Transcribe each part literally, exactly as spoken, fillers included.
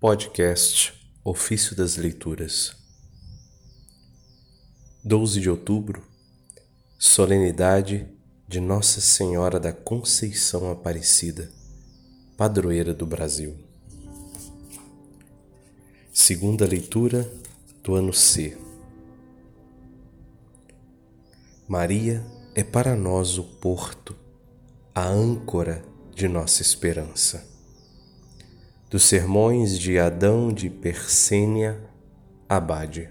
Podcast Ofício das Leituras. doze de outubro, solenidade de Nossa Senhora da Conceição Aparecida, padroeira do Brasil. Segunda leitura do ano C. Maria é para nós o porto, a âncora de nossa esperança. Dos Sermões de Adão de Persênia, Abade.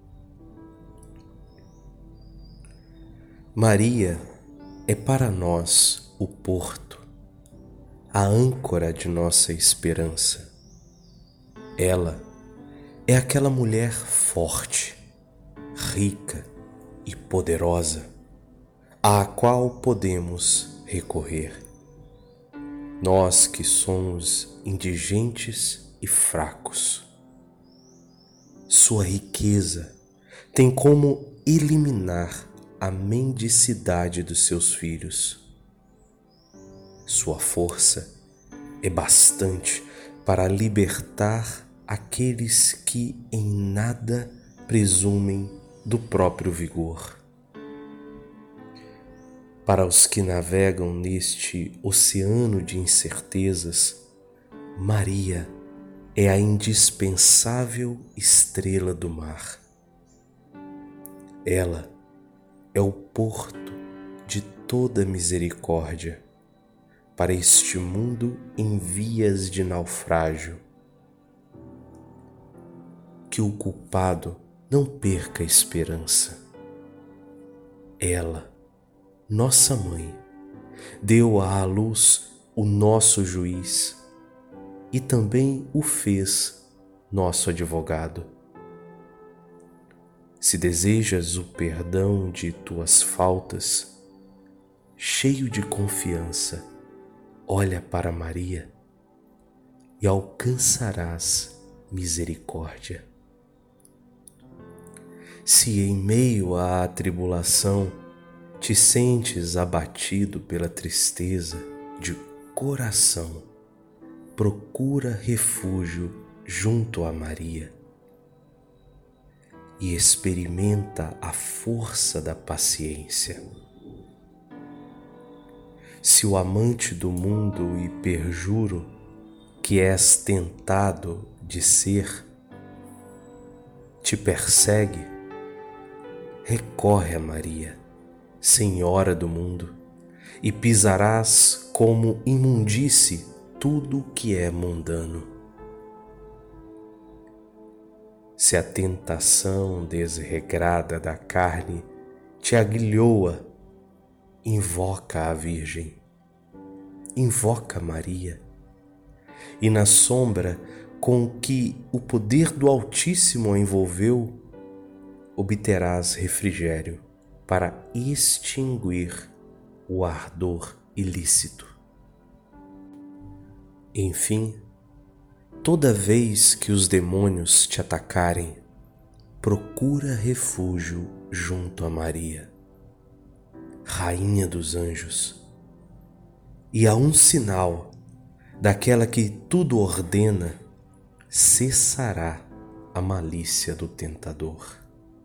Maria é para nós o porto, a âncora de nossa esperança. Ela é aquela mulher forte, rica e poderosa, à qual podemos recorrer. Nós que somos indigentes e fracos. Sua riqueza tem como eliminar a mendicidade dos seus filhos. Sua força é bastante para libertar aqueles que em nada presumem do próprio vigor. Para os que navegam neste oceano de incertezas, Maria é a indispensável estrela do mar. Ela é o porto de toda misericórdia para este mundo em vias de naufrágio. Que o culpado não perca a esperança. Ela, nossa mãe, deu à luz o nosso juiz e também o fez nosso advogado. Se desejas o perdão de tuas faltas, cheio de confiança, olha para Maria e alcançarás misericórdia. Se em meio à tribulação te sentes abatido pela tristeza de coração, procura refúgio junto a Maria e experimenta a força da paciência. Se o amante do mundo e perjuro que és tentado de ser te persegue, recorre a Maria, Senhora do mundo, e pisarás como imundície tudo que é mundano. Se a tentação desregrada da carne te aguilhoa, invoca a Virgem, invoca Maria, e na sombra com que o poder do Altíssimo a envolveu, obterás refrigério para extinguir o ardor ilícito. Enfim, toda vez que os demônios te atacarem, procura refúgio junto a Maria, Rainha dos anjos, e a um sinal daquela que tudo ordena, cessará a malícia do tentador.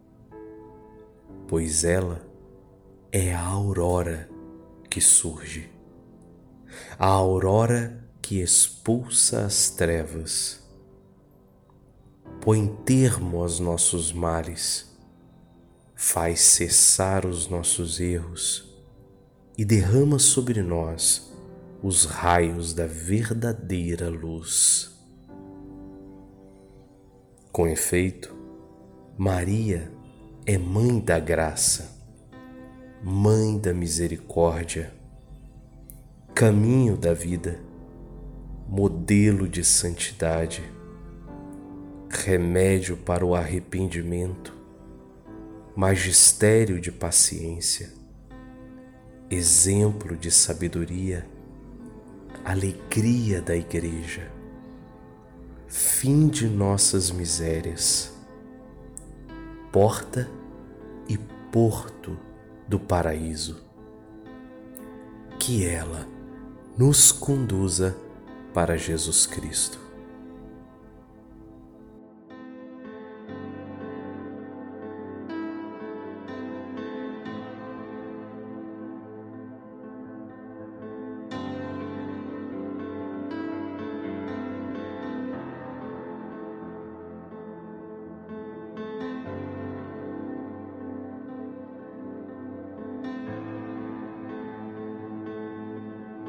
Pois ela é a aurora que surge, a aurora que expulsa as trevas, põe termo aos nossos males, faz cessar os nossos erros e derrama sobre nós os raios da verdadeira luz. Com efeito, Maria é Mãe da Graça, Mãe da Misericórdia, caminho da vida, modelo de santidade, remédio para o arrependimento, magistério de paciência, exemplo de sabedoria, alegria da Igreja, fim de nossas misérias, porta e porto do paraíso. Que ela nos conduza para Jesus Cristo.